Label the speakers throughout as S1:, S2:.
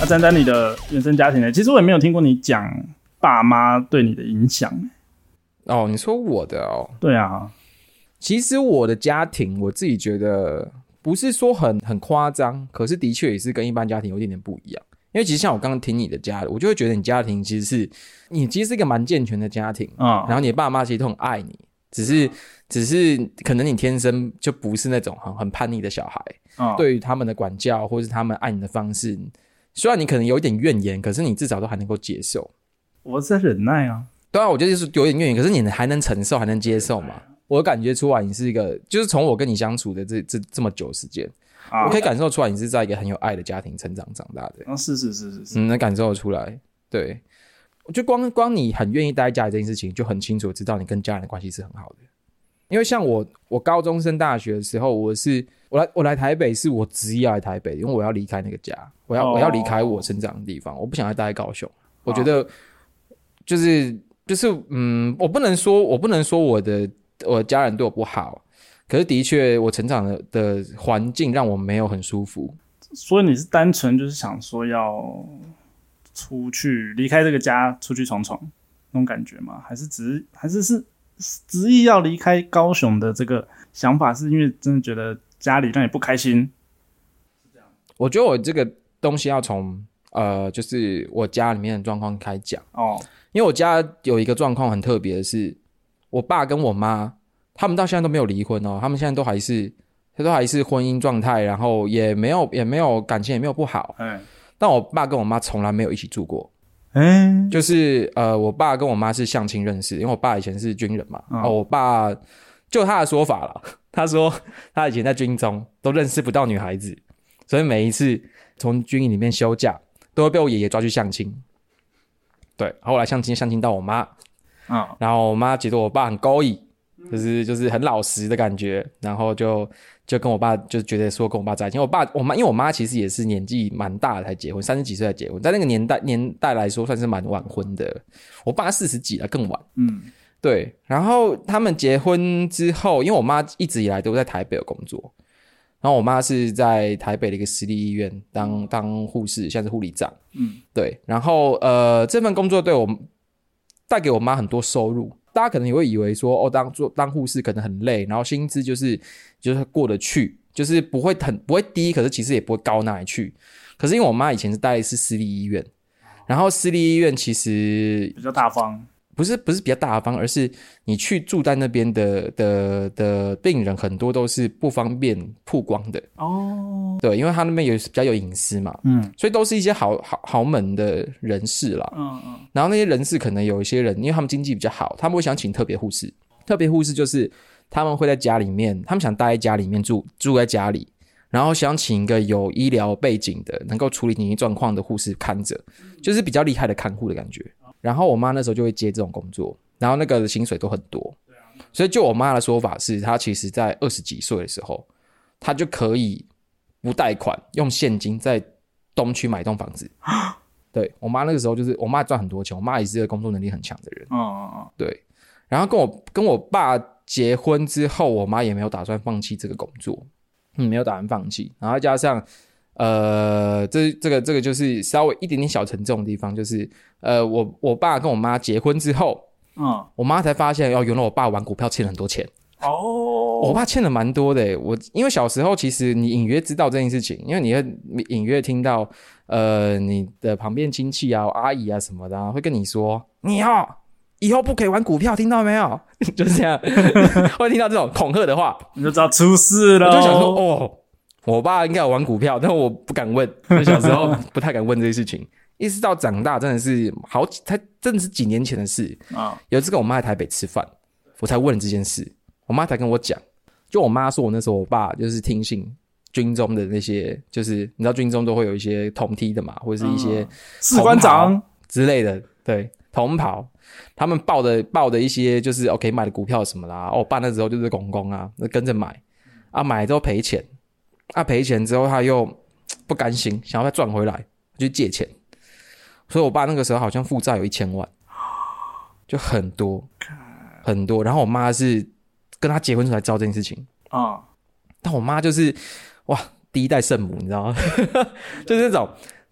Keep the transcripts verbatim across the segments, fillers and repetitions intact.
S1: 那丹丹你的原生家庭呢？其实我也没有听过你讲爸妈对你的影响。
S2: 哦，你说我的哦？
S1: 对啊，
S2: 其实我的家庭我自己觉得不是说很很夸张，可是的确也是跟一般家庭有一点点不一样。因为其实像我刚刚听你的家，我就会觉得你家庭其实是你其实是一个蛮健全的家庭，嗯，然后你的爸妈其实都很爱你，只是只是可能你天生就不是那种很很叛逆的小孩，嗯，对于他们的管教或是他们爱你的方式，虽然你可能有一点怨言，可是你至少都还能够接受。
S1: 我在忍耐啊。
S2: 对啊，我觉得就是有点怨言，可是你还能承受，还能接受嘛？我感觉出来你是一个，就是从我跟你相处的这这这么久时间。我可以感受出来你是在一个很有爱的家庭成长长大的。
S1: 啊，是是是是是，
S2: 嗯，能感受得出来。对，我觉得光光你很愿意待在家里这件事情，就很清楚知道你跟家人的关系是很好的。因为像我，我高中升大学的时候，我是我来我来台北是我执意要来台北，因为我要离开那个家，我要、哦、我要离开我成长的地方，我不想再待在高雄。我觉得就是就是嗯，我不能说我不能说我的我的家人对我不好。可是的确我成长 的, 的环境让我没有很舒服。
S1: 所以你是单纯就是想说要出去离开这个家出去闯闯那种感觉吗？还是只是还是是执意要离开高雄的这个想法是因为真的觉得家里让你不开心？
S2: 我觉得我这个东西要从呃就是我家里面的状况开讲哦，因为我家有一个状况很特别的是我爸跟我妈他们到现在都没有离婚哦，他们现在都还是都还是婚姻状态，然后也没有也没有感情也没有不好。嗯，但我爸跟我妈从来没有一起住过。嗯，就是呃，我爸跟我妈是相亲认识，因为我爸以前是军人嘛。哦，哦我爸就他的说法了，他说他以前在军中都认识不到女孩子，所以每一次从军营里面休假，都会被我爷爷抓去相亲。对，后来相亲相亲到我妈，嗯，然后我妈觉得我爸很勾引。就是就是很老实的感觉，然后就就跟我爸就觉得说跟我爸在一起。因为我爸我妈因为我妈其实也是年纪蛮大的才结婚，三十几岁才结婚，在那个年代年代来说算是蛮晚婚的。我爸四十几了更晚，嗯，对。然后他们结婚之后，因为我妈一直以来都在台北有工作，然后我妈是在台北的一个私立医院当当护士，现在是护理长，嗯，对。然后呃这份工作对我带给我妈很多收入。大家可能也会以为说，哦，当做当护士可能很累，然后薪资就是就是过得去，就是不会很不会低，可是其实也不会高哪里去。可是因为我妈以前是待的是私立医院，然后私立医院其实
S1: 比较大方，
S2: 不是不是比较大方，而是你去住在那边的的的病人很多都是不方便曝光的哦。对，因为他那边有比较有隐私嘛，嗯，所以都是一些豪豪豪门的人士啦，嗯嗯。然后那些人士可能有一些人，因为他们经济比较好，他们会想请特别护士。特别护士就是他们会在家里面，他们想待在家里面住，住在家里，然后想请一个有医疗背景的，能够处理紧急状况的护士看着，就是比较厉害的看护的感觉。然后我妈那时候就会接这种工作，然后那个薪水都很多，所以就我妈的说法是，她其实在二十几岁的时候，她就可以不贷款，用现金在东区买一栋房子。对，我妈那个时候就是我妈赚很多钱，我妈也是一个工作能力很强的人。哦哦哦，对。然后跟我跟我爸结婚之后，我妈也没有打算放弃这个工作，嗯，没有打算放弃。然后加上呃，这这个这个就是稍微一点点小沉重的地方，就是呃，我我爸跟我妈结婚之后，嗯，我妈才发现哦，原来我爸玩股票欠了很多钱。哦，我爸欠了蛮多的。我因为小时候其实你隐约知道这件事情，因为你会隐约听到呃你的旁边亲戚啊、阿姨啊什么的、啊、会跟你说，你哦以后不可以玩股票，听到没有？就是这样，会听到这种恐吓的话，
S1: 你就知道出事了。
S2: 我就想说，哦，我爸应该有玩股票，但我不敢问，所以小时候不太敢问这些事情。一直到长大，真的是好，才真的是几年前的事啊。有一次跟我妈在台北吃饭，我才问了这件事，我妈才跟我讲。就我妈说我那时候我爸就是听信军中的那些，就是你知道军中都会有一些同梯的嘛，或者是一些
S1: 士官长
S2: 之类的，对，同袍，他们报的报的一些就是 OK 买的股票什么啦，哦，我爸那时候就是公公啊，跟着买啊，买之后赔钱，啊赔钱之后他又不甘心，想要再赚回来，就借钱，所以我爸那个时候好像负债有一千万，就很多很多。然后我妈是跟他结婚才知道这件事情啊、哦，但我妈就是哇第一代圣母，你知道吗？就是那种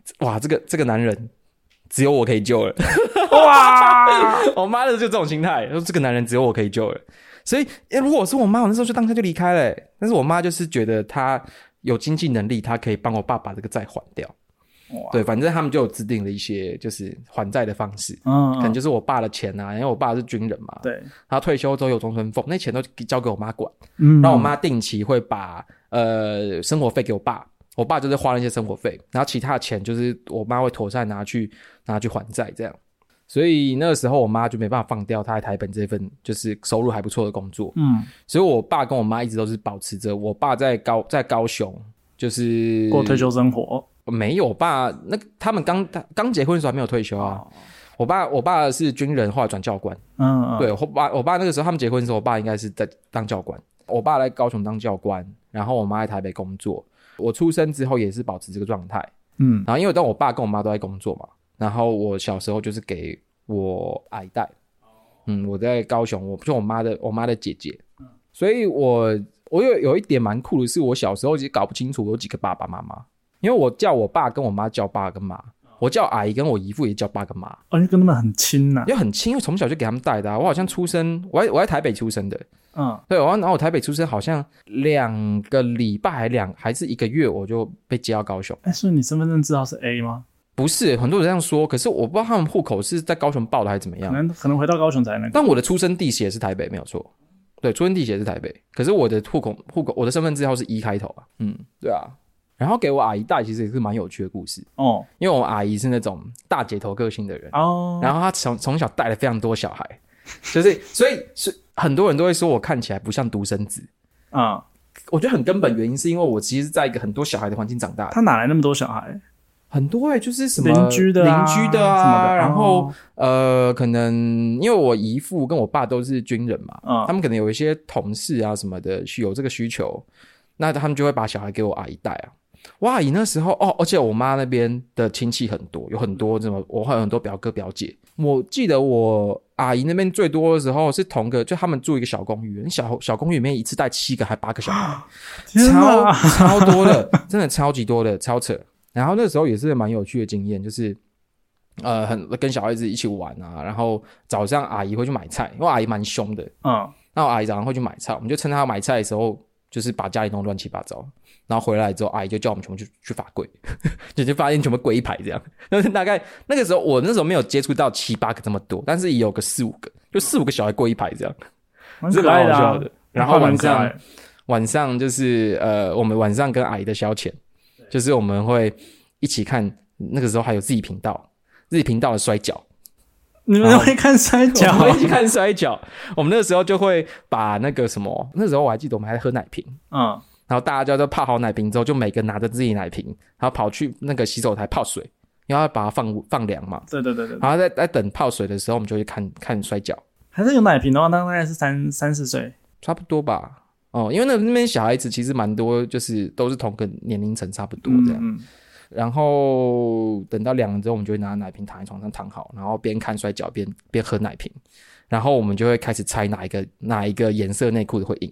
S2: 哇，这个这个男人只有我可以救了，哇！我妈的就这种心态，说这个男人只有我可以救了。所以，欸、如果我是我妈，我那时候就当下就离开了、欸。但是我妈就是觉得她有经济能力，她可以帮我爸把这个债还掉。对，反正他们就有制定了一些就是还债的方式，嗯，可能就是我爸的钱啊，因为我爸是军人嘛，
S1: 对，
S2: 他退休之后有终身俸，那钱都交给我妈管，嗯，然后我妈定期会把呃生活费给我爸，我爸就是花那些生活费，然后其他的钱就是我妈会妥善拿去拿去还债这样。所以那个时候我妈就没办法放掉她在台北这份就是收入还不错的工作，嗯，所以我爸跟我妈一直都是保持着，我爸在高在高雄就是
S1: 过退休生活。
S2: 没有，我爸那他们刚刚结婚的时候还没有退休啊。哦、我爸我爸是军人，后来转教官。嗯, 嗯，对，我爸我爸那个时候他们结婚的时候，我爸应该是在当教官。我爸在高雄当教官，然后我妈在台北工作。我出生之后也是保持这个状态。嗯，然后因为当我爸跟我妈都在工作嘛，然后我小时候就是给我阿姨带。嗯，我在高雄，我就我妈的我妈的姐姐。嗯，所以我我有有一点蛮酷的是，我小时候其实搞不清楚有几个爸爸妈妈。因为我叫我爸跟我妈叫爸跟妈，我叫阿姨跟我姨父也叫爸跟妈。
S1: 哦，你跟他们很亲呐、啊？
S2: 因为很亲，因为从小就给他们带的啊。我好像出生，我在我在台北出生的，嗯，对，然后我台北出生好像两个礼拜还两还是一个月，我就被接到高雄。
S1: 哎，所以你身份证字号是 A 吗？
S2: 不是，很多人这样说，可是我不知道他们户口是在高雄报的还是怎么样，
S1: 可能可能回到高雄才那个。
S2: 但我的出生地写是台北，没有错。对，出生地写是台北，可是我的户口户口我的身份证号是一开头啊。嗯，对啊。然后给我阿姨带其实也是蛮有趣的故事哦，因为我阿姨是那种大姐头个性的人哦，然后她从从小带了非常多小孩，就是所以是很多人都会说我看起来不像独生子啊、嗯，我觉得很根本原因是因为我其实是在一个很多小孩的环境长大的。
S1: 他哪来那么多小孩？
S2: 很多哎、欸，就是什么
S1: 邻居的、啊、
S2: 邻居的啊，
S1: 什么的，
S2: 然后、哦、呃，可能因为我姨父跟我爸都是军人嘛，嗯，他们可能有一些同事啊什么的有这个需求，那他们就会把小孩给我阿姨带啊。我阿姨那时候哦，而且我妈那边的亲戚很多，有很多什么，我还有很多表哥表姐。我记得我阿姨那边最多的时候是同个，就他们住一个小公寓，小小公寓里面一次带七个还八个小孩，超超多的，真的超级多的，超扯。然后那时候也是蛮有趣的经验，就是呃，很跟小孩子一起玩啊。然后早上阿姨会去买菜，因为阿姨蛮凶的，嗯，那我阿姨早上会去买菜，我们就趁她买菜的时候，就是把家里弄乱七八糟。然后回来之后，阿姨就叫我们全部去去罚跪，就就发现全部跪一排这样。但是大概那个时候，我那时候没有接触到七八个这么多，但是也有个四五个，就四五个小孩跪一排这样，
S1: 是蛮
S2: 好笑的。然后晚上晚上就是呃，我们晚上跟阿姨的消遣，就是我们会一起看，那个时候还有自己频道，自己频道的摔跤。
S1: 你们会看摔跤？
S2: 我们会一起看摔跤。我们那个时候就会把那个什么，那时候我还记得我们还喝奶瓶，嗯。然后大家就泡好奶瓶之后，就每个拿着自己奶瓶，然后跑去那个洗手台泡水，然后把它放放凉嘛。
S1: 对对对对。
S2: 然后在在等泡水的时候，我们就去看看摔跤。
S1: 还是有奶瓶的话，那大概是三三四岁，
S2: 差不多吧。哦，因为那那边小孩子其实蛮多，就是都是同个年龄层差不多这样。嗯嗯。然后等到凉了之后，我们就会拿奶瓶躺在床上躺好，然后边看摔跤边边喝奶瓶，然后我们就会开始猜哪一个哪一个颜色内裤的会赢。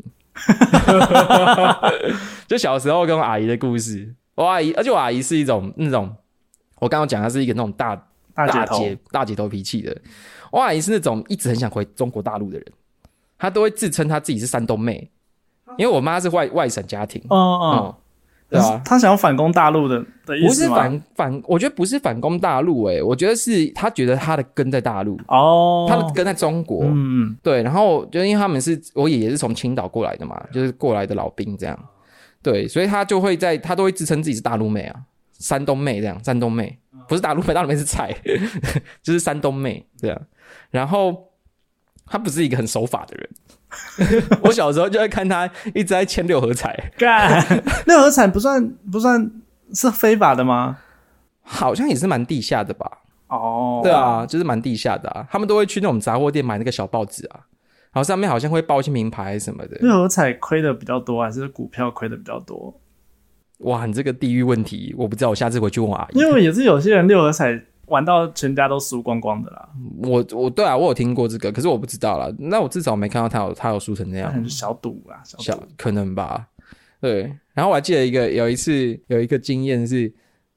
S2: 就小时候跟我阿姨的故事，我阿姨，而且我阿姨是一种那种，我刚刚讲她是一个那种大
S1: 大姐头
S2: 大姐头脾气的。我阿姨是那种一直很想回中国大陆的人，她都会自称她自己是山东妹，因为我妈是外外省家庭，嗯嗯。嗯
S1: 对啊，他想要反攻大陆的的意思吗？
S2: 不是反反，我觉得不是反攻大陆诶、欸，我觉得是他觉得他的根在大陆哦，他的根在中国，嗯，对，然后就因为他们是我爷爷是从青岛过来的嘛，就是过来的老兵这样，对，所以他就会在他都会自称自己是大陆妹啊，山东妹这样，山东妹不是大陆妹，大陆妹是菜，就是山东妹这样，然后他不是一个很守法的人。我小时候就在看他一直在签六合彩，
S1: 干六合彩不算不算是非法的吗？
S2: 好像也是蛮地下的吧。哦，对啊，就是蛮地下的啊。他们都会去那种杂货店买那个小报纸啊，然后上面好像会报一些名牌什么的。
S1: 六合彩亏的比较多，还是股票亏的比较多？
S2: 哇，你这个地域问题，我不知道，我下次回去问我阿姨。
S1: 因为也是有些人六合彩玩到全家都输光光的啦。
S2: 我我对啊，我有听过这个，可是我不知道啦。那我至少没看到他有他有输成那样。
S1: 可能是小赌啦，小赌
S2: 可能吧。对，然后我还记得一个有一次有一个经验是，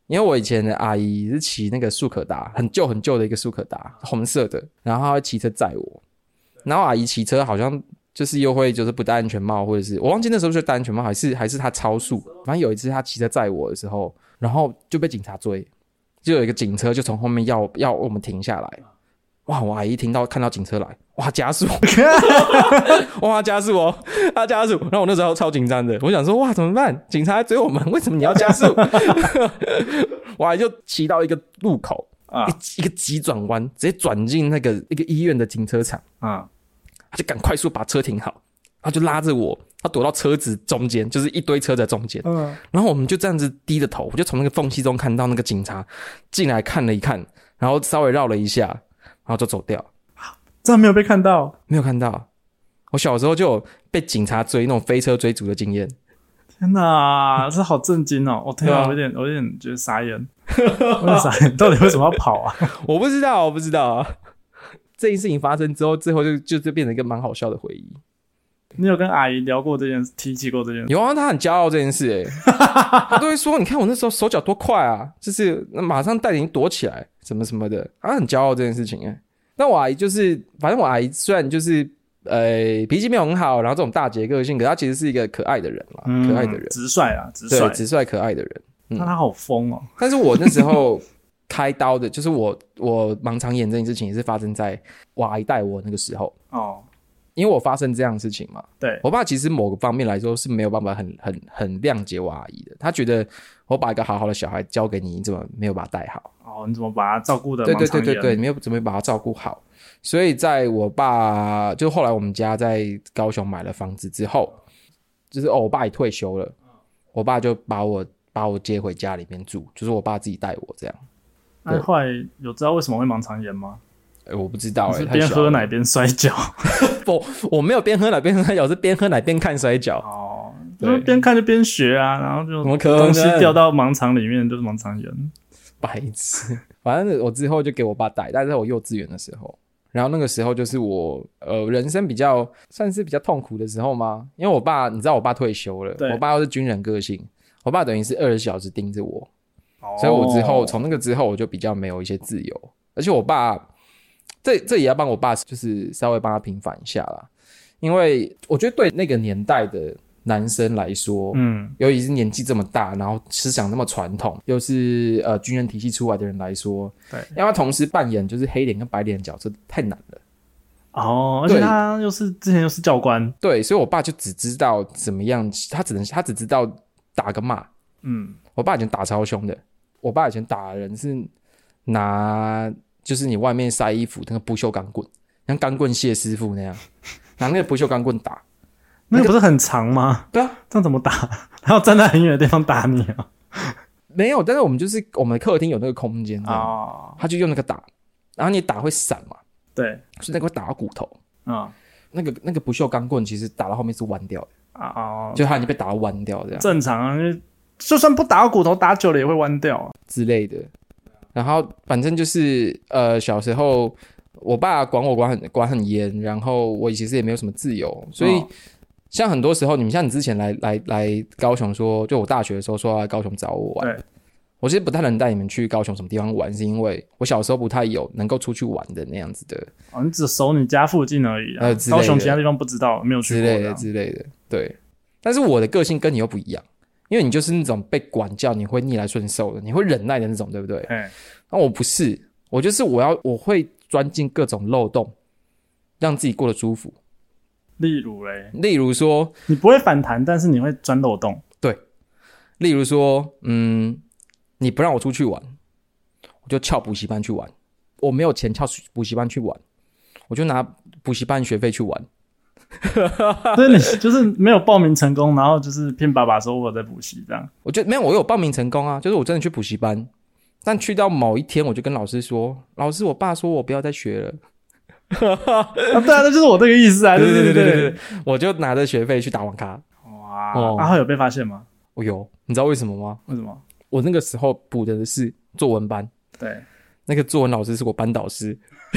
S2: 因为我以前的阿姨是骑那个速可达，很旧很旧的一个速可达，红色的，然后她会骑车载我，然后阿姨骑车好像就是又会就是不戴安全帽，或者是我忘记那时候是戴安全帽还是还是她超速，反正有一次她骑车载我的时候，然后就被警察追，就有一个警车就从后面要要我们停下来，哇！我阿姨听到看到警车来，哇加速，哇加速哦，她加速，然后我那时候超紧张的，我想说哇怎么办？警察来追我们，为什么你要加速？我阿姨就骑到一个路口。啊、一, 一个急转弯，直接转进那个一个医院的停车场啊，他就赶快速把车停好，他就拉着我，他躲到车子中间，就是一堆车在中间，嗯，然后我们就这样子低着头，我就从那个缝隙中看到那个警察进来看了一看，然后稍微绕了一下，然后就走掉。
S1: 这样没有被看到？
S2: 没有看到。我小时候就有被警察追那种飞车追逐的经验。
S1: 天哪，这好震惊哦！我天啊，我有点，我有点觉得傻眼。我有傻眼，到底为什么要跑啊？
S2: 我不知道，我不知道啊。这件事情发生之后，最后就就就变成一个蛮好笑的回忆。
S1: 你有跟阿姨聊过这件事，提起过这件事？
S2: 有啊，她很骄傲这件事诶、欸，她都会说：“你看我那时候手脚多快啊，就是马上带领躲起来，什么什么的。”她很骄傲这件事情诶、欸。但我阿姨就是，反正我阿姨虽然就是呃脾气没有很好，然后这种大姐个性，可她其实是一个可爱的人啦，嗯、可爱的人，
S1: 直率啊，直率，
S2: 对，直率可爱的人。
S1: 嗯、那她好疯哦！
S2: 但是我那时候开刀的，就是我我盲肠炎这件事情也是发生在我阿姨带我那个时候哦。因为我发生这样的事情嘛，
S1: 对，
S2: 我爸其实某个方面来说是没有办法很很很谅解我阿姨的，他觉得我把一个好好的小孩交给你，你怎么没有把他带好？
S1: 哦，你怎么把他照顾的？
S2: 对对对对对，你没有怎么把他照顾好？所以在我爸就后来我们家在高雄买了房子之后，就是哦，我爸也退休了，我爸就把我把我接回家里面住，就是我爸自己带我这样。
S1: 那后来有知道为什么会盲肠炎吗？
S2: 欸、我不知道、欸，
S1: 是边喝奶边摔跤。
S2: 不，我没有边喝奶边摔跤，是边喝奶边看摔跤。
S1: 哦，就边看就边学啊，然后就东西掉到盲肠里面，就是盲肠炎。
S2: 白痴，反正我之后就给我爸带，但是在我幼稚园的时候，然后那个时候就是我呃人生比较算是比较痛苦的时候吗？因为我爸，你知道我爸退休了，我爸又是军人个性，我爸等于是二十小时盯着我，哦、所以我之后从那个之后我就比较没有一些自由，而且我爸。这这也要帮我爸，就是稍微帮他平反一下啦，因为我觉得对那个年代的男生来说，嗯，尤其是年纪这么大，然后思想那么传统，又是呃军人体系出来的人来说，对，要他同时扮演就是黑脸跟白脸的角色太难了。
S1: 哦，而且他又是之前又是教官，
S2: 对，所以我爸就只知道怎么样，他只能他只知道打跟骂。嗯，我爸以前打超凶的，我爸以前打人是拿。就是你外面晒衣服那个不锈钢棍，像钢棍谢师傅那样，拿那个不锈钢棍打，
S1: 那个不是很长吗？
S2: 对啊，
S1: 这样怎么打？他要站在很远的地方打你啊？
S2: 没有，但是我们就是我们客厅有那个空间哦，他就用那个打，然后你打会闪嘛，
S1: 对，
S2: 所以那个会打到骨头啊、嗯。那个那个不锈钢棍其实打到后面是弯掉的啊、哦，就它已经被打到弯掉这样。
S1: 正常啊，就算不打到骨头，打久了也会弯掉啊
S2: 之类的。然后反正就是呃小时候我爸管我管很管很严，然后我其实也没有什么自由，所以像很多时候你们像你之前来来来高雄说，就我大学的时候说要来高雄找我玩，对，我其实不太能带你们去高雄什么地方玩，是因为我小时候不太有能够出去玩的那样子的。
S1: 哦，你只熟你家附近而已啊，呃，高雄其他地方不知道，没有去过
S2: 之类的之类的，对。但是我的个性跟你又不一样。因为你就是那种被管教你会逆来顺受的，你会忍耐的那种，对不对？那我不是，我就是我要我会钻进各种漏洞，让自己过得舒服。
S1: 例如嘞，
S2: 例如说，
S1: 你不会反弹，但是你会钻漏洞。
S2: 对，例如说，嗯，你不让我出去玩，我就翘补习班去玩。我没有钱翘补习班去玩，我就拿补习班学费去玩。
S1: 所以你就是没有报名成功，然后就是骗爸爸说我在补习这样。
S2: 我觉得没有，我有报名成功啊，就是我真的去补习班，但去到某一天，我就跟老师说：“老师，我爸说我不要再学了。
S1: 啊”对啊，那就是我这个意思啊！对对对 对, 对, 对，
S2: 我就拿着学费去打网咖。
S1: 哇！哦、然后有被发现吗？
S2: 我有，你知道为什么吗？
S1: 为什么？
S2: 我那个时候补的是作文班。
S1: 对，
S2: 那个作文老师是我班导师。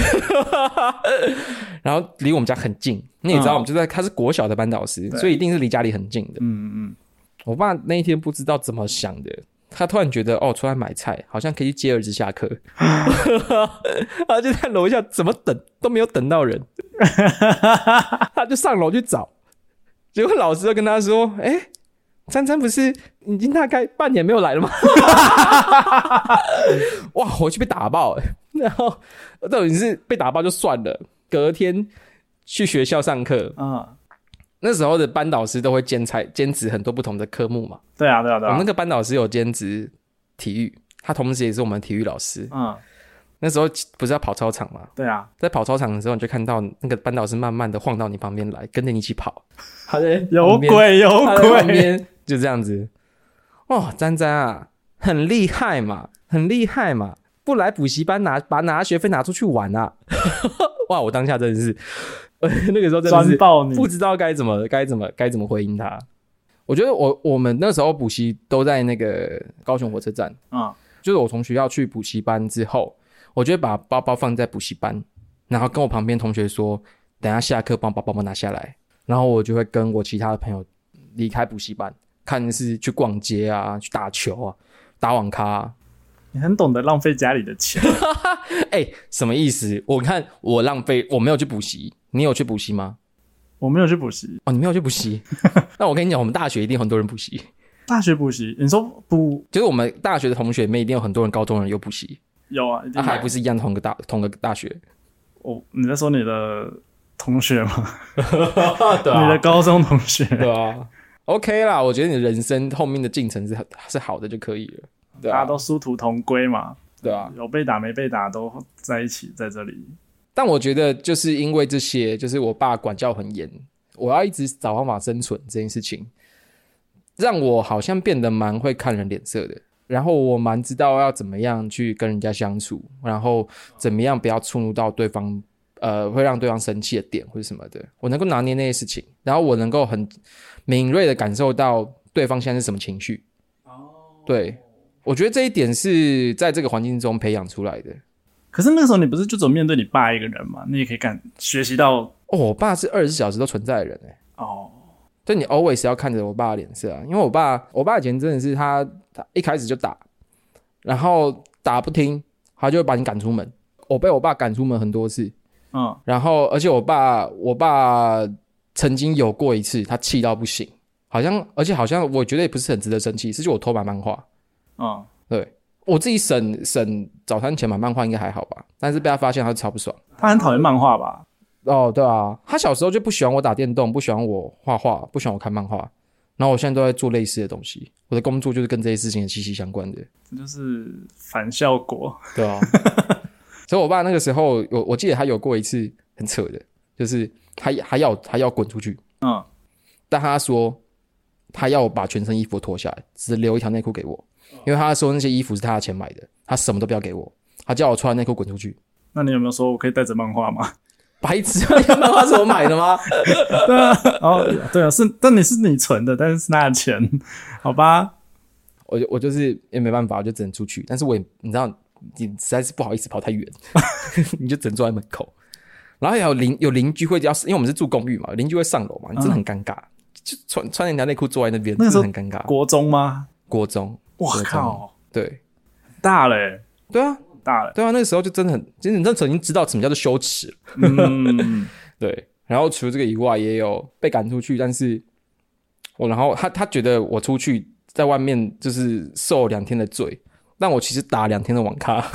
S2: 然后离我们家很近，你也知道，我们就在他是国小的班导师，所以一定是离家里很近的。嗯嗯，我爸那一天不知道怎么想的， 他突然觉得哦，出来买菜好像可以接儿子下课，他就在楼下怎么等都没有等到人，他就上楼去找，结果老师就跟他说：“哎、欸，珊珊不是已经大概半年没有来了吗？”哇，回去被打爆哎、欸，然后到底是被打爆就算了，隔天去学校上课，嗯。那时候的班导师都会兼差兼职很多不同的科目嘛。
S1: 对啊，对啊，对啊。
S2: 我那个班导师有兼职体育，他同时也是我们体育老师。嗯，那时候不是要跑操场吗？
S1: 对啊，
S2: 在跑操场的时候，你就看到那个班导师慢慢的晃到你旁边来，跟着你一起跑。他在
S1: 有鬼有鬼，
S2: 就这样子。哦，詹詹啊，很厉害嘛，很厉害嘛，不来补习班拿把拿学费拿出去玩啊！哇，我当下真的是。那个时候真的是不知道该怎么该怎么该怎么回应他。我觉得我我们那时候补习都在那个高雄火车站，嗯，就是我从学校去补习班之后，我就会把包包放在补习班，然后跟我旁边同学说，等一下下课帮我把包包拿下来，然后我就会跟我其他的朋友离开补习班，看是去逛街啊，去打球啊，打网咖啊。
S1: 你很懂得浪费家里的钱。
S2: 哎、欸，什么意思？我看我浪费，我没有去补习。你有去补习吗？
S1: 我没有去补习。
S2: 哦，你没有去补习？那我跟你讲，我们大学一定很多人补习。
S1: 大学补习？你说补？
S2: 就是我们大学的同学里面一定有很多人高中人有补习。
S1: 有啊，一定有。
S2: 啊，还不是一样同个大同个大学？
S1: 哦，你在说你的同学吗？对啊，你的高中同学。
S2: 对啊 ，OK 啦，我觉得你的人生后面的进程是是好的就可以了。对啊，
S1: 大家都殊途同归嘛。
S2: 对啊，
S1: 有被打没被打都在一起，在这里。
S2: 但我觉得就是因为这些，就是我爸管教很严，我要一直找方法生存这件事情，让我好像变得蛮会看人脸色的。然后我蛮知道要怎么样去跟人家相处，然后怎么样不要触怒到对方，呃，会让对方生气的点或者什么的。我能够拿捏那些事情，然后我能够很敏锐的感受到对方现在是什么情绪。哦，对，我觉得这一点是在这个环境中培养出来的。
S1: 可是那个时候你不是就只有面对你爸一个人吗？你也可以干学习到
S2: 哦，我爸是二十四小时都存在的人哎、欸。哦，对，你 always 要看着我爸的脸色啊，因为我爸，我爸以前真的是他，他一开始就打，然后打不听，他就会把你赶出门。我被我爸赶出门很多次，嗯，然后而且我爸，我爸曾经有过一次，他气到不行，好像，而且好像我觉得也不是很值得生气，是就我偷买漫画，嗯，对。我自己省省早餐钱买漫画应该还好吧，但是被他发现他就超不爽。
S1: 他很讨厌漫画吧？
S2: 哦，对啊，他小时候就不喜欢我打电动，不喜欢我画画，不喜欢我看漫画。然后我现在都在做类似的东西，我的工作就是跟这些事情息息相关的。
S1: 这就是反效果，
S2: 对啊。所以我爸那个时候有，我记得他有过一次很扯的，就是他还要他要滚出去，嗯，但他说他要我把全身衣服脱下来，只留一条内裤给我。因为他说那些衣服是他的钱买的，他什么都不要给我，他叫我穿内裤滚出去。
S1: 那你有没有说我可以带着漫画吗？
S2: 白痴，漫画是我买的吗？
S1: 对啊，哦，对啊，是，但你是你存的，但是是他的钱，好吧？
S2: 我就我就是也没办法，我就只能出去。但是我也你知道，你实在是不好意思跑太远，你就只能坐在门口。然后有邻有邻居会要，因为我们是住公寓嘛，邻居会上楼嘛，你真的很尴尬，嗯、就穿穿人家内裤坐在那边，真的很尴尬。
S1: 国中吗？
S2: 国中。
S1: 哇靠！
S2: 对，
S1: 大了欸。
S2: 对啊，
S1: 大了。
S2: 对啊，那个时候就真的很，其实你那时候已经知道什么叫做羞耻了。嗯，对。然后除了这个以外，也有被赶出去，但是我然后他他觉得我出去在外面就是受两天的罪，但我其实打两天的网咖，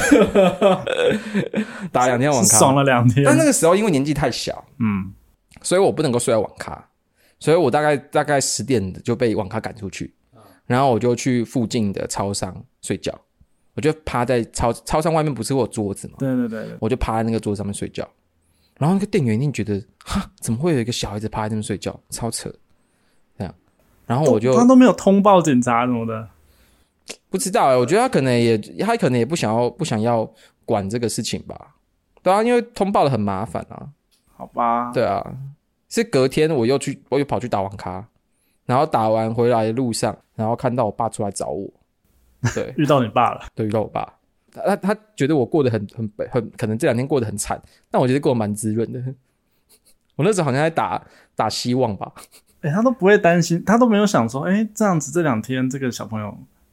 S2: 打两天网咖，
S1: 爽了两天。
S2: 但那个时候因为年纪太小，嗯，所以我不能够睡在网咖，所以我大概大概十点就被网咖赶出去。然后我就去附近的超商睡觉，我就趴在超超商外面不是会有桌子吗？
S1: 对对 对, 对，
S2: 我就趴在那个桌子上面睡觉。然后那个店员一定觉得，哈，怎么会有一个小孩子趴在那边睡觉，超扯，这样。然后我就
S1: 他都没有通报警察什么的，
S2: 不知道、欸、我觉得他可能也他可能也不想要不想要管这个事情吧，对啊，因为通报的很麻烦啊。
S1: 好吧，
S2: 对啊，是隔天我又去我又跑去打网咖。然后打完回来的路上，然后看到我爸出来找我，对，
S1: 遇到你爸了，
S2: 对，遇到我爸，他他觉得我过得很很很，可能这两天过得很惨，但我觉得过得蛮滋润的。我那时候好像在打打希望吧，
S1: 哎、欸，他都不会担心，他都没有想说，哎、欸，这样子这两天这个小朋友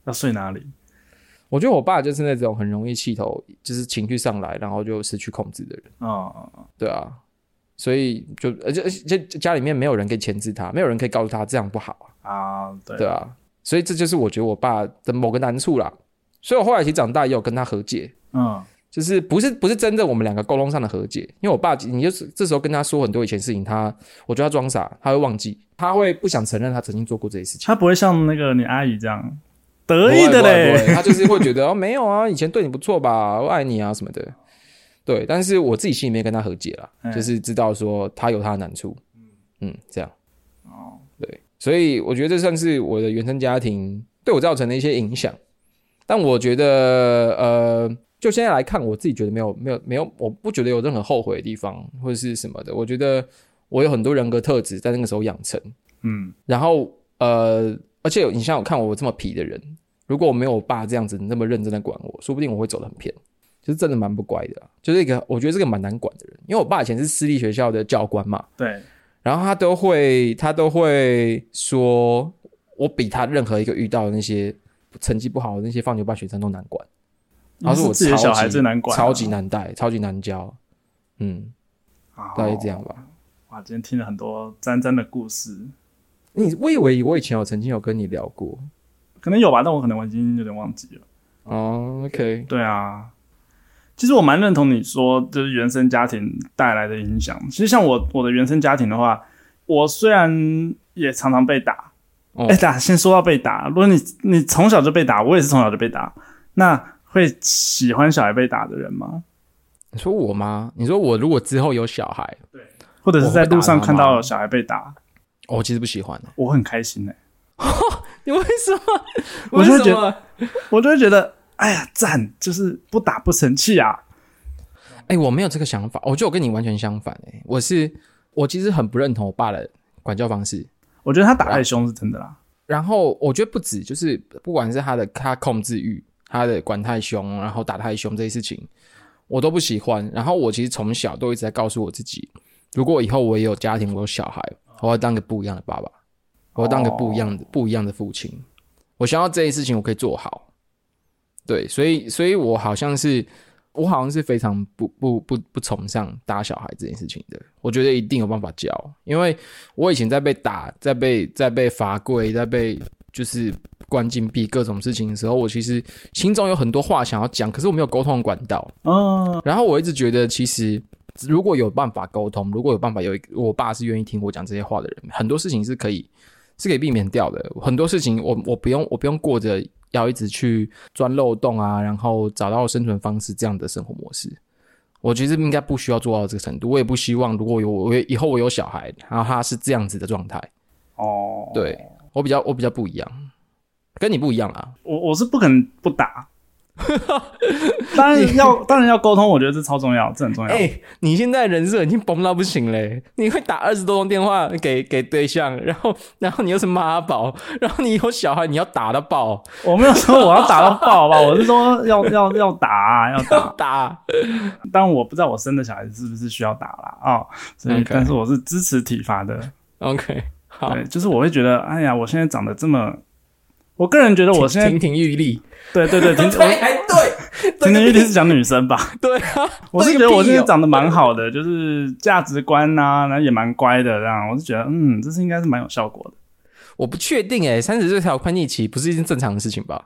S1: 要睡哪里？
S2: 我觉得我爸就是那种很容易气头，就是情绪上来，然后就失去控制的人。哦，对啊，所以就而且而且家里面没有人可以牵制他，没有人可以告诉他这样不好啊。
S1: 啊，对，
S2: 对啊，所以这就是我觉得我爸的某个难处啦。所以我后来其实长大也有跟他和解，嗯，就是不是不是真正我们两个沟通上的和解，因为我爸你就是这时候跟他说很多以前事情，他我觉得他装傻，他会忘记，他会不想承认他曾经做过这些事情，
S1: 他不会像那个你阿姨这样。得意的嘞，
S2: 他就是会觉得哦，没有啊，以前对你不错吧，我爱你啊什么的，对。但是我自己心里面跟他和解了，嗯、就是知道说他有他的难处，嗯，这样，哦，对。所以我觉得这算是我的原生家庭对我造成的一些影响。但我觉得，呃，就现在来看，我自己觉得没有没有没有，我不觉得有任何后悔的地方或者是什么的。我觉得我有很多人格特质在那个时候养成，嗯，然后呃。而且你想想看我这么皮的人，如果我没有我爸这样子那么认真的管我，说不定我会走得很偏，就是真的蛮不乖的、啊、就是一个我觉得这个蛮难管的人。因为我爸以前是私立学校的教官嘛，
S1: 对，
S2: 然后他都会他都会说我比他任何一个遇到的那些成绩不好的那些放牛班学生都难管，然后说我
S1: 自己的小孩最难管、啊、
S2: 超级难带，超级难教，嗯，大概这样吧。
S1: 哇，今天听了很多沾沾的故事。
S2: 你我以为我以前有曾经有跟你聊过，
S1: 可能有吧，但我可能我已经有点忘记了。
S2: 哦 ，OK，
S1: 对啊，其实我蛮认同你说，就是原生家庭带来的影响。其实像我我的原生家庭的话，我虽然也常常被打，哎、哦，打先说到被打，如果你你从小就被打，我也是从小就被打，那会喜欢小孩被打的人吗？
S2: 你说我吗？你说我如果之后有小孩，
S1: 对，或者是在路上看到小孩被打？
S2: 我、哦、其实不喜欢、欸、
S1: 我很开心哎、
S2: 欸！你为什么？
S1: 我就会觉得，我就会觉得，哎呀，赞，就是不打不成器啊！
S2: 哎、欸，我没有这个想法，我觉得我跟你完全相反哎、欸。我是我其实很不认同我爸的管教方式，
S1: 我觉得他打太凶是真的啦。
S2: 然后我觉得不止，就是不管是他的他控制欲，他的管太凶，然后打太凶这些事情，我都不喜欢。然后我其实从小都一直在告诉我自己，如果以后我也有家庭，我有小孩。我要当个不一样的爸爸，我要当个不一样的、oh. 不一样的父亲。我想要这些事情我可以做好，对，所以，所以我好像是，我好像是非常不不不不崇尚打小孩这件事情的。我觉得一定有办法教，因为我以前在被打、在被在被罚跪、在被就是关禁闭各种事情的时候，我其实心中有很多话想要讲，可是我没有沟通的管道。嗯、oh. ，然后我一直觉得其实。如果有办法沟通，如果有办法有一个我爸是愿意听我讲这些话的人，很多事情是可以是可以避免掉的。很多事情我我不用我不用过着要一直去钻漏洞啊，然后找到生存方式这样的生活模式。我其实应该不需要做到这个程度，我也不希望如果有我以后我有小孩，然后他是这样子的状态。哦，对，我比较我比较不一样，跟你不一样啦。
S1: 我我是不可能不打。当然要，当然要沟通，我觉得这超重要，这很重要。
S2: 哎、欸，你现在人设已经崩到不行嘞！你会打二十多通电话给给对象，然后然后你又是妈宝，然后你有小孩，你要打到爆。
S1: 我没有说我要打到爆吧，我是说要要要打、啊，要打
S2: 要打。
S1: 但我不知道我生的小孩是不是需要打啦哦，所以、okay. 但是我是支持体罚的。
S2: OK， 好，
S1: 对，就是我会觉得，哎呀，我现在长得这么。我个人觉得我现在
S2: 亭亭玉立，
S1: 对对对，亭
S2: 对还对，
S1: 亭亭玉立是讲女生吧？
S2: 对啊，
S1: 我是觉得我现在长得蛮好的，就是价值观啊，然后也蛮乖的，这样我是觉得，嗯，这是应该是蛮有效果的。
S2: 我不确定诶、欸，三十岁才有叛逆期，不是一件正常的事情吧？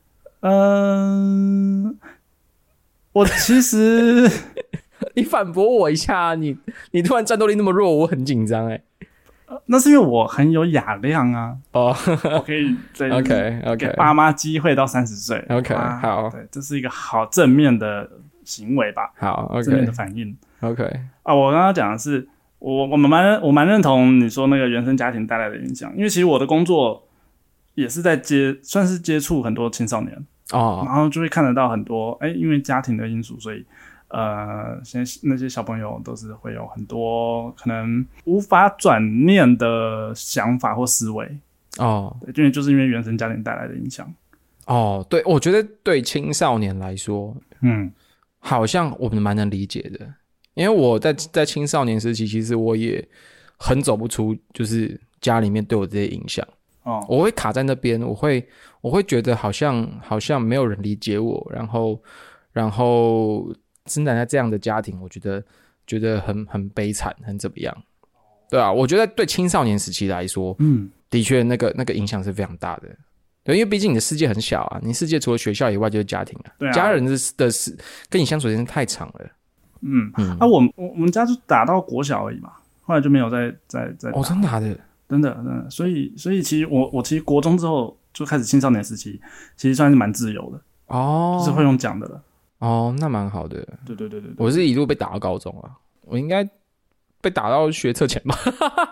S1: 嗯、呃，我其实
S2: 你反驳我一下，你你突然战斗力那么弱，我很紧张诶。
S1: 那是因为我很有雅量啊！哦、oh, ，我可以对
S2: OK OK
S1: 给爸妈机会到三十岁
S2: OK、
S1: 啊、
S2: 好，
S1: 对，这是一个好正面的行为吧？
S2: 好 ，OK
S1: 正面的反应
S2: OK
S1: 啊！我刚刚讲的是我我们蛮我蛮认同你说那个原生家庭带来的影响，因为其实我的工作也是在接算是接触很多青少年哦， oh. 然后就会看得到很多哎，因为家庭的因素，所以。呃，现在那些小朋友都是会有很多可能无法转念的想法或思维哦，对，因为就是因为原生家庭带来的影响
S2: 哦。对，我觉得对青少年来说，嗯，好像我们蛮能理解的，因为我在在青少年时期，其实我也很走不出，就是家里面对我这些影响哦，我会卡在那边，我会我会觉得好像好像没有人理解我，然后然后生长在这样的家庭，我觉得觉得很很悲惨，很怎么样？对啊，我觉得对青少年时期来说，嗯，的确那个那个影响是非常大的。对，因为毕竟你的世界很小啊，你世界除了学校以外就是家庭啊，对啊，家人的的事跟你相处的时间太长了。
S1: 嗯嗯，啊，我我我们家就打到国小而已嘛，后来就没有再再再打。
S2: 哦，真的假的？
S1: 真的，真的，所以，所以其实我，我其实国中之后就开始青少年时期，其实算是蛮自由的哦，就是会用讲的了。
S2: 哦，那蛮好的。
S1: 对对对 对, 对，
S2: 我是一路被打到高中啊，我应该被打到学测前吧？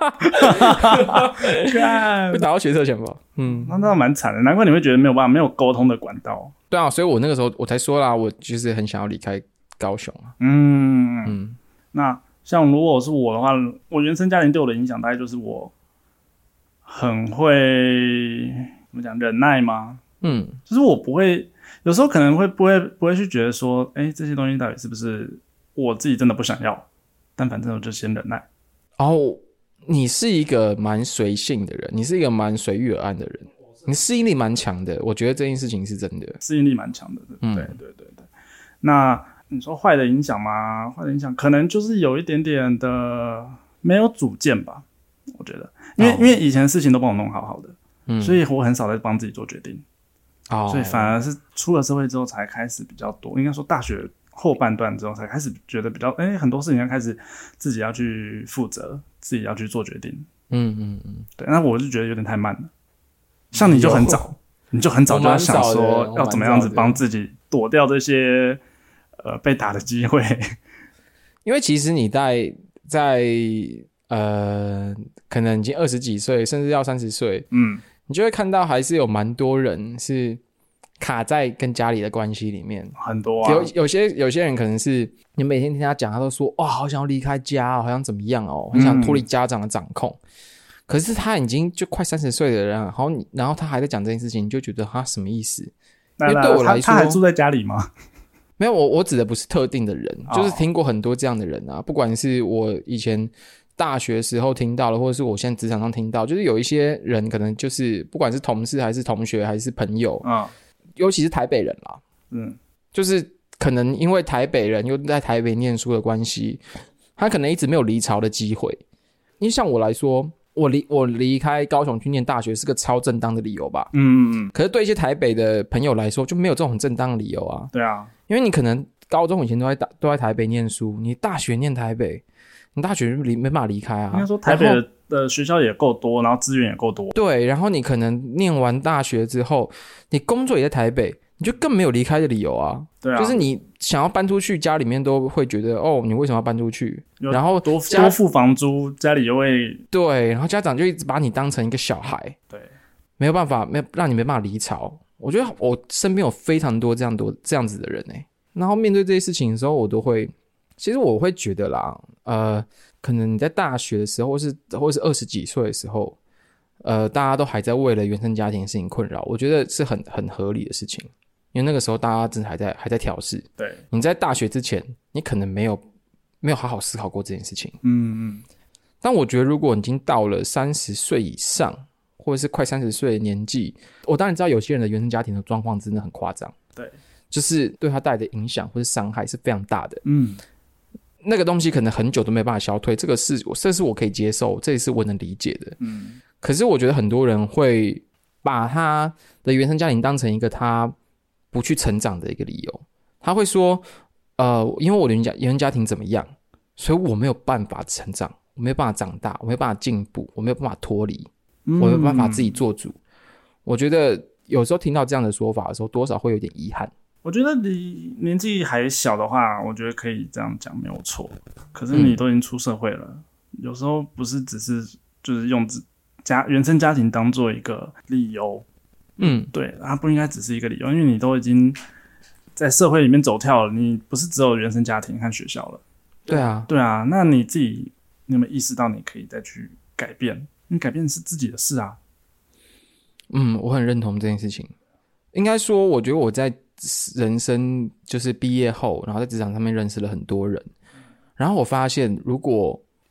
S2: 被打到学测前吧？嗯，
S1: 那那蛮惨的，难怪你会觉得没有办法，没有沟通的管道。
S2: 对啊，所以我那个时候我才说啦，我就是很想要离开高雄啊。
S1: 嗯嗯，那像如果是我的话，我原生家庭对我的影响大概就是我。很会怎么讲忍耐吗？嗯，就是我不会，有时候可能会不会不会去觉得说，哎，这些东西到底是不是我自己真的不想要？但反正我就先忍耐。
S2: 哦，你是一个蛮随性的人，你是一个蛮随遇而安的人，你适应力蛮强的。我觉得这件事情是真的，
S1: 适应力蛮强的。对、嗯、对对对对。那你说坏的影响吗？坏的影响可能就是有一点点的没有主见吧。我觉得，因为、哦、因为以前事情都帮我弄好好的，嗯，所以我很少在帮自己做决定，哦，所以反而是出了社会之后才开始比较多，应该说大学后半段之后才开始觉得比较，哎，很多事情要开始自己要去负责，自己要去做决定，嗯嗯嗯，对，那我就觉得有点太慢了，像你就很早，你就很早就要想说要怎么样子帮自己躲掉这些呃被打的机会，
S2: 因为其实你在在。呃，可能已经二十几岁，甚至要三十岁，嗯，你就会看到还是有蛮多人是卡在跟家里的关系里面，
S1: 很多啊。
S2: 有有些有些人可能是你每天听他讲，他都说哇，好想要离开家，好想怎么样哦，很想脱离家长的掌控。嗯、可是他已经就快三十岁的人，然后你然后他还在讲这件事情，你就觉得他什么意思？因为对我来说，
S1: 他还住在家里吗？
S2: 没有，我我指的不是特定的人，哦、就是听过很多这样的人啊，不管是我以前。大学时候听到的，或者是我现在职场上听到，就是有一些人可能就是不管是同事还是同学还是朋友，嗯，尤其是台北人啦，嗯，就是可能因为台北人又在台北念书的关系，他可能一直没有离巢的机会。因为像我来说，我离我离开高雄去念大学是个超正当的理由吧，嗯嗯嗯。可是对一些台北的朋友来说，就没有这种很正当的理由啊。
S1: 对啊，
S2: 因为你可能高中以前都在都在台北念书，你大学念台北。你大学离没办法离开啊！
S1: 应该说台北 的, 的学校也够多，然后资源也够多。
S2: 对，然后你可能念完大学之后，你工作也在台北，你就更没有离开的理由啊。对啊，就是你想要搬出去，家里面都会觉得哦，你为什么要搬出去？然后
S1: 多多付房租，家里又会
S2: 对，然后家长就一直把你当成一个小孩，对，没有办法，没有让你没办法离巢。我觉得我身边有非常多这样多这样子的人哎、欸，然后面对这些事情的时候，我都会。其实我会觉得啦，呃，可能你在大学的时候，或是或是二十几岁的时候，呃，大家都还在为了原生家庭的事情困扰，我觉得是很很合理的事情，因为那个时候大家真的还在还在调试。对，你在大学之前，你可能没有没有好好思考过这件事情。嗯嗯。但我觉得，如果你已经到了三十岁以上，或者是快三十岁的年纪，我当然知道有些人的原生家庭的状况真的很夸张，对，就是对他带来的影响或是伤害是非常大的。嗯。那个东西可能很久都没办法消退，这个是这是我可以接受，这也是我能理解的。嗯，可是我觉得很多人会把他的原生家庭当成一个他不去成长的一个理由。他会说，呃，因为我的原家原生家庭怎么样，所以我没有办法成长，我没有办法长大，我没有办法进步，我没有办法脱离，嗯、我没有办法自己做主。我觉得有时候听到这样的说法的时候，多少会有点遗憾。
S1: 我觉得你年纪还小的话，我觉得可以这样讲没有错。可是你都已经出社会了，嗯、有时候不是只是就是用家原生家庭当做一个理由，嗯，对，它不应该只是一个理由，因为你都已经在社会里面走跳了，你不是只有原生家庭和学校了。
S2: 对啊，
S1: 对啊，那你自己你有没有意识到你可以再去改变？你改变是自己的事啊。
S2: 嗯，我很认同这件事情。应该说，我觉得我在人生就是毕业后，然后在职场上面认识了很多人，然后我发现，如果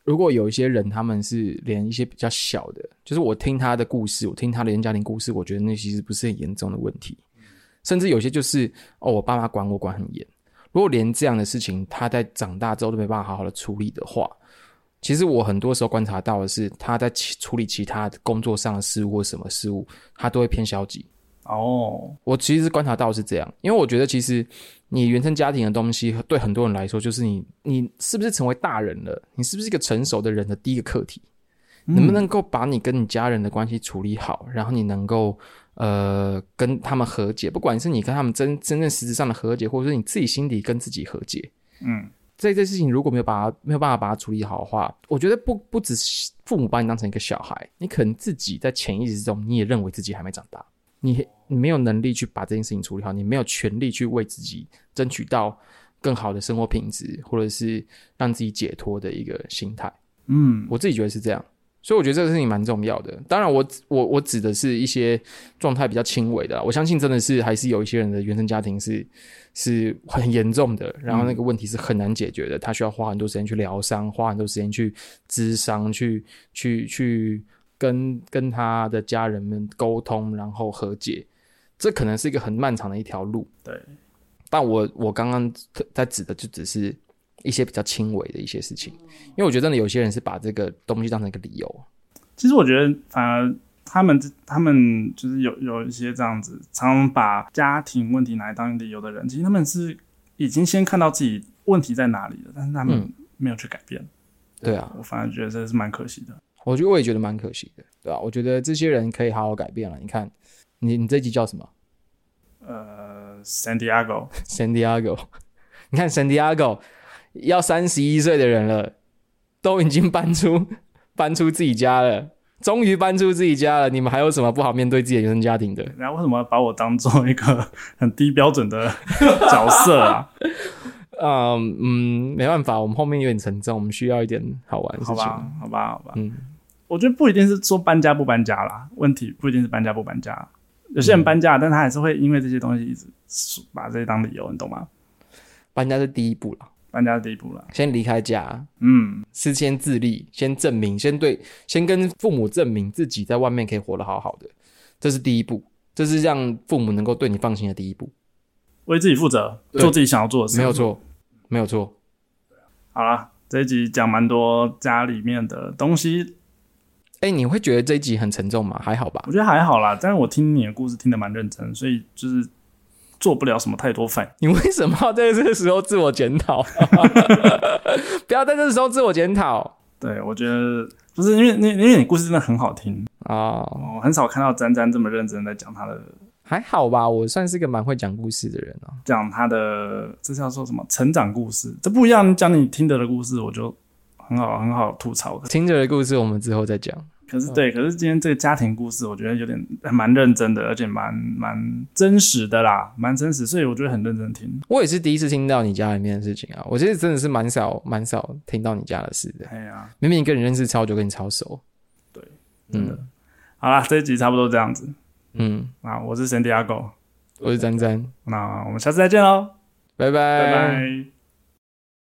S2: 如果有一些人他们是连一些比较小的，就是我听他的故事，我听他的原生家庭故事，我觉得那其实不是很严重的问题，甚至有些就是哦，我爸妈管我管很严。如果连这样的事情他在长大之后都没办法好好的处理的话，其实我很多时候观察到的是他在处理其他工作上的事务或什么事务，他都会偏消极。哦，我其实观察到的是这样，因为我觉得其实你原生家庭的东西对很多人来说，就是你你是不是成为大人了，你是不是一个成熟的人的第一个课题，嗯、能不能够把你跟你家人的关系处理好，然后你能够呃跟他们和解，不管是你跟他们真真正实质上的和解，或者是你自己心里跟自己和解，嗯，这件事情如果没有把它没有办法把它处理好的话，我觉得不不只是父母把你当成一个小孩，你可能自己在潜意识中你也认为自己还没长大。你你没有能力去把这件事情处理好，你没有权利去为自己争取到更好的生活品质，或者是让自己解脱的一个心态。嗯，我自己觉得是这样，所以我觉得这个事情蛮重要的。当然我，我我我指的是一些状态比较轻微的啦，我相信真的是还是有一些人的原生家庭是是很严重的，然后那个问题是很难解决的，他需要花很多时间去疗伤，花很多时间去咨商，去去去。跟跟他的家人们沟通，然后和解，这可能是一个很漫长的一条路。对，但我我刚刚在指的就只是一些比较轻微的一些事情，因为我觉得真的有些人是把这个东西当成一个理由。
S1: 其实我觉得反而他们他们就是有有一些这样子，常常把家庭问题拿来当理由的人，其实他们是已经先看到自己问题在哪里了，但是他们没有去改变。嗯、
S2: 对啊，
S1: 我反而觉得这是蛮可惜的。
S2: 我觉得我也觉得蛮可惜的，对吧、啊？我觉得这些人可以好好改变了。你看，你你这集叫什么？
S1: 呃 ，Santiago，
S2: Santiago， 你看 Santiago 要三十一岁的人了，都已经搬出搬出自己家了，终于搬出自己家了。你们还有什么不好面对自己的原生家庭的？
S1: 然后为什么要把我当做一个很低标准的角色啊？
S2: 嗯嗯，没办法，我们后面有点沉重，我们需要一点好玩的事情。好
S1: 吧，好吧，好吧。嗯，我觉得不一定是说搬家不搬家啦，问题不一定是搬家不搬家。有些人搬家，嗯、但他还是会因为这些东西一直把这些当理由，你懂吗？
S2: 搬家是第一步啦，
S1: 搬家是第一步啦，
S2: 先离开家，嗯，是先自立，先证明，先对，先跟父母证明自己在外面可以活得好好的，这是第一步，这是让父母能够对你放心的第一步。
S1: 为自己负责，做自己想要做的事，
S2: 没有错，没有错。
S1: 好啦，这一集讲蛮多家里面的东西。
S2: 哎、欸，你会觉得这一集很沉重吗？还好吧？
S1: 我觉得还好啦，但是我听你的故事听得蛮认真，所以就是做不了什么太多反
S2: 应。你为什么要在这个时候自我检讨？不要在这个时候自我检讨。
S1: 对，我觉得不是因为因为你故事真的很好听啊、哦，我很少看到詹詹这么认真在讲他的。
S2: 还好吧，我算是个蛮会讲故事的人啊。
S1: 讲他的这叫做什么成长故事，这不一样。讲你听的故事，我就很好很好吐槽。
S2: 听着的故事我们之后再讲。
S1: 可是对，可是今天这个家庭故事，我觉得有点蛮认真的，而且蛮蛮真实的啦，蛮真实，所以我觉得很认真听。
S2: 我也是第一次听到你家里面的事情啊，我其实真的是蛮少蛮少听到你家的事的。
S1: 哎呀，
S2: 明明跟你认识超久，跟你超熟。
S1: 对，真的。嗯、好啦，这一集差不多这样子。嗯，那我是 Santiago，
S2: 我是詹詹，
S1: 那我们下次再见喽，
S2: 拜拜，
S1: 拜拜。